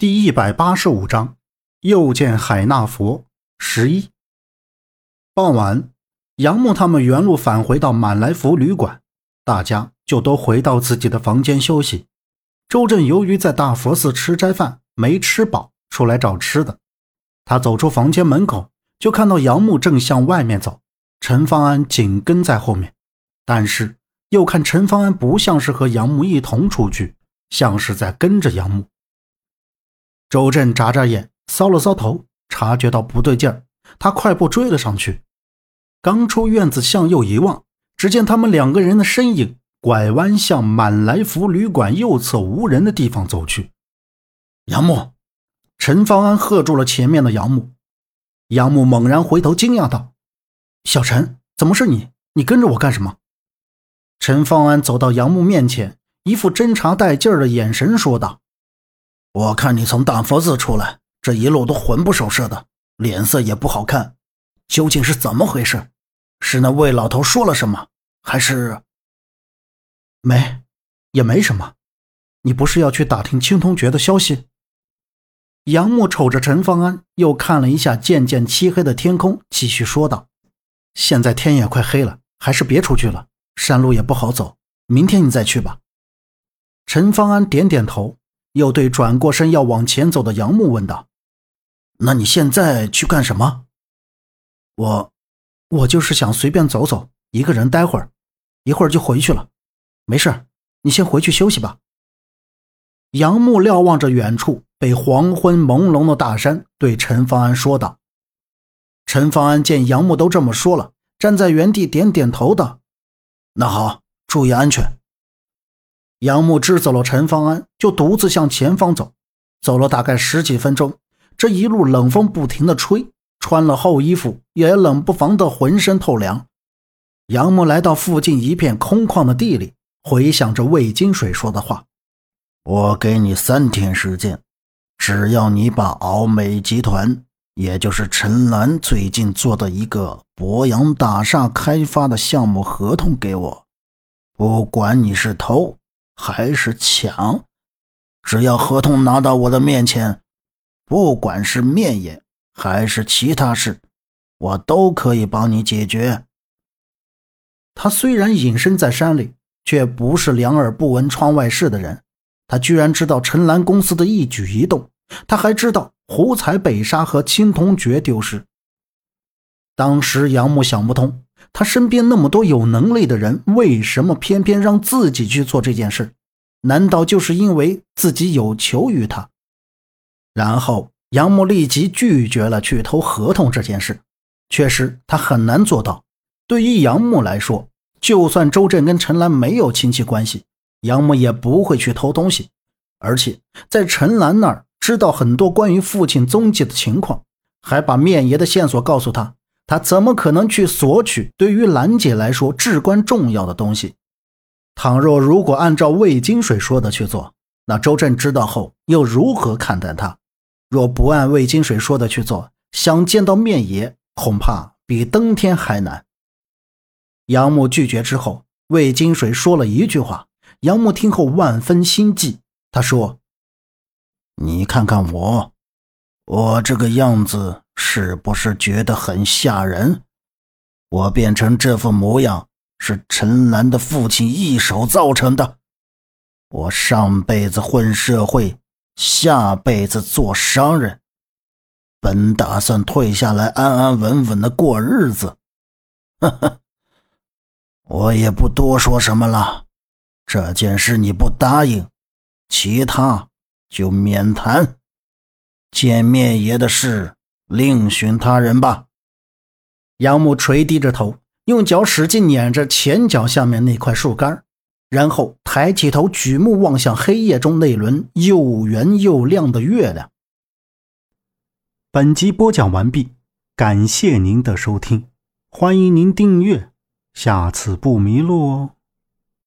第185章又见海纳佛11。傍晚，杨木他们原路返回到满来福旅馆，大家就都回到自己的房间休息。周震由于在大佛寺吃斋饭没吃饱，出来找吃的。他走出房间门口，就看到杨木正向外面走，陈方安紧跟在后面，但是又看陈方安不像是和杨木一同出去，像是在跟着杨木。周震眨眨眼，搔了搔头，察觉到不对劲儿，他快步追了上去。刚出院子向右一望，只见他们两个人的身影拐弯向满来福旅馆右侧无人的地方走去。杨木！陈方安喝住了前面的杨木。杨木猛然回头惊讶道：小陈，怎么是你？你跟着我干什么？陈方安走到杨木面前，一副侦查带劲儿的眼神说道：我看你从大佛寺出来，这一路都魂不守舍的，脸色也不好看，究竟是怎么回事？是那魏老头说了什么，还是……也没什么。你不是要去打听青铜诀的消息？杨木瞅着陈方安，又看了一下渐渐漆黑的天空，继续说道：现在天也快黑了，还是别出去了，山路也不好走，明天你再去吧。陈方安点点头，又对转过身要往前走的杨木问道：那你现在去干什么？我就是想随便走走，一个人待会儿，一会儿就回去了。没事，你先回去休息吧。杨木瞭望着远处被黄昏朦胧的大山，对陈方安说道。陈方安见杨木都这么说了，站在原地点点头道：那好，注意安全。杨木支走了陈方安，就独自向前方走。走了大概10几分钟，这一路冷风不停地吹，穿了厚衣服也冷不防的浑身透凉。杨木来到附近一片空旷的地里，回想着魏金水说的话：我给你3天时间，只要你把鳌美集团，也就是陈岚最近做的一个博洋大厦开发的项目合同给我，不管你是偷还是抢，只要合同拿到我的面前，不管是面野还是其他事，我都可以帮你解决。他虽然隐身在山里，却不是两耳不闻窗外事的人，他居然知道陈岚公司的一举一动，他还知道胡才被杀和青铜诀丢失。当时杨木想不通，他身边那么多有能力的人，为什么偏偏让自己去做这件事？难道就是因为自己有求于他？然后杨木立即拒绝了去偷合同这件事。确实他很难做到。对于杨木来说，就算周震跟陈岚没有亲戚关系，杨木也不会去偷东西。而且在陈岚那儿知道很多关于父亲踪迹的情况，还把面爷的线索告诉他，他怎么可能去索取对于兰姐来说至关重要的东西？如果按照魏金水说的去做，那周震知道后又如何看待他？若不按魏金水说的去做，想见到面爷恐怕比登天还难。杨木拒绝之后，魏金水说了一句话，杨木听后万分心悸。他说：你看看我这个样子是不是觉得很吓人？我变成这副模样是陈岚的父亲一手造成的。我上辈子混社会，下辈子做商人，本打算退下来安安稳稳的过日子。呵呵，我也不多说什么了，这件事你不答应，其他就免谈。见面爷的事另寻他人吧。杨木垂低着头，用脚使劲捻着前脚下面那块树干，然后抬起头举目望向黑夜中那轮又圆又亮的月亮。本集播讲完毕，感谢您的收听，欢迎您订阅，下次不迷路哦。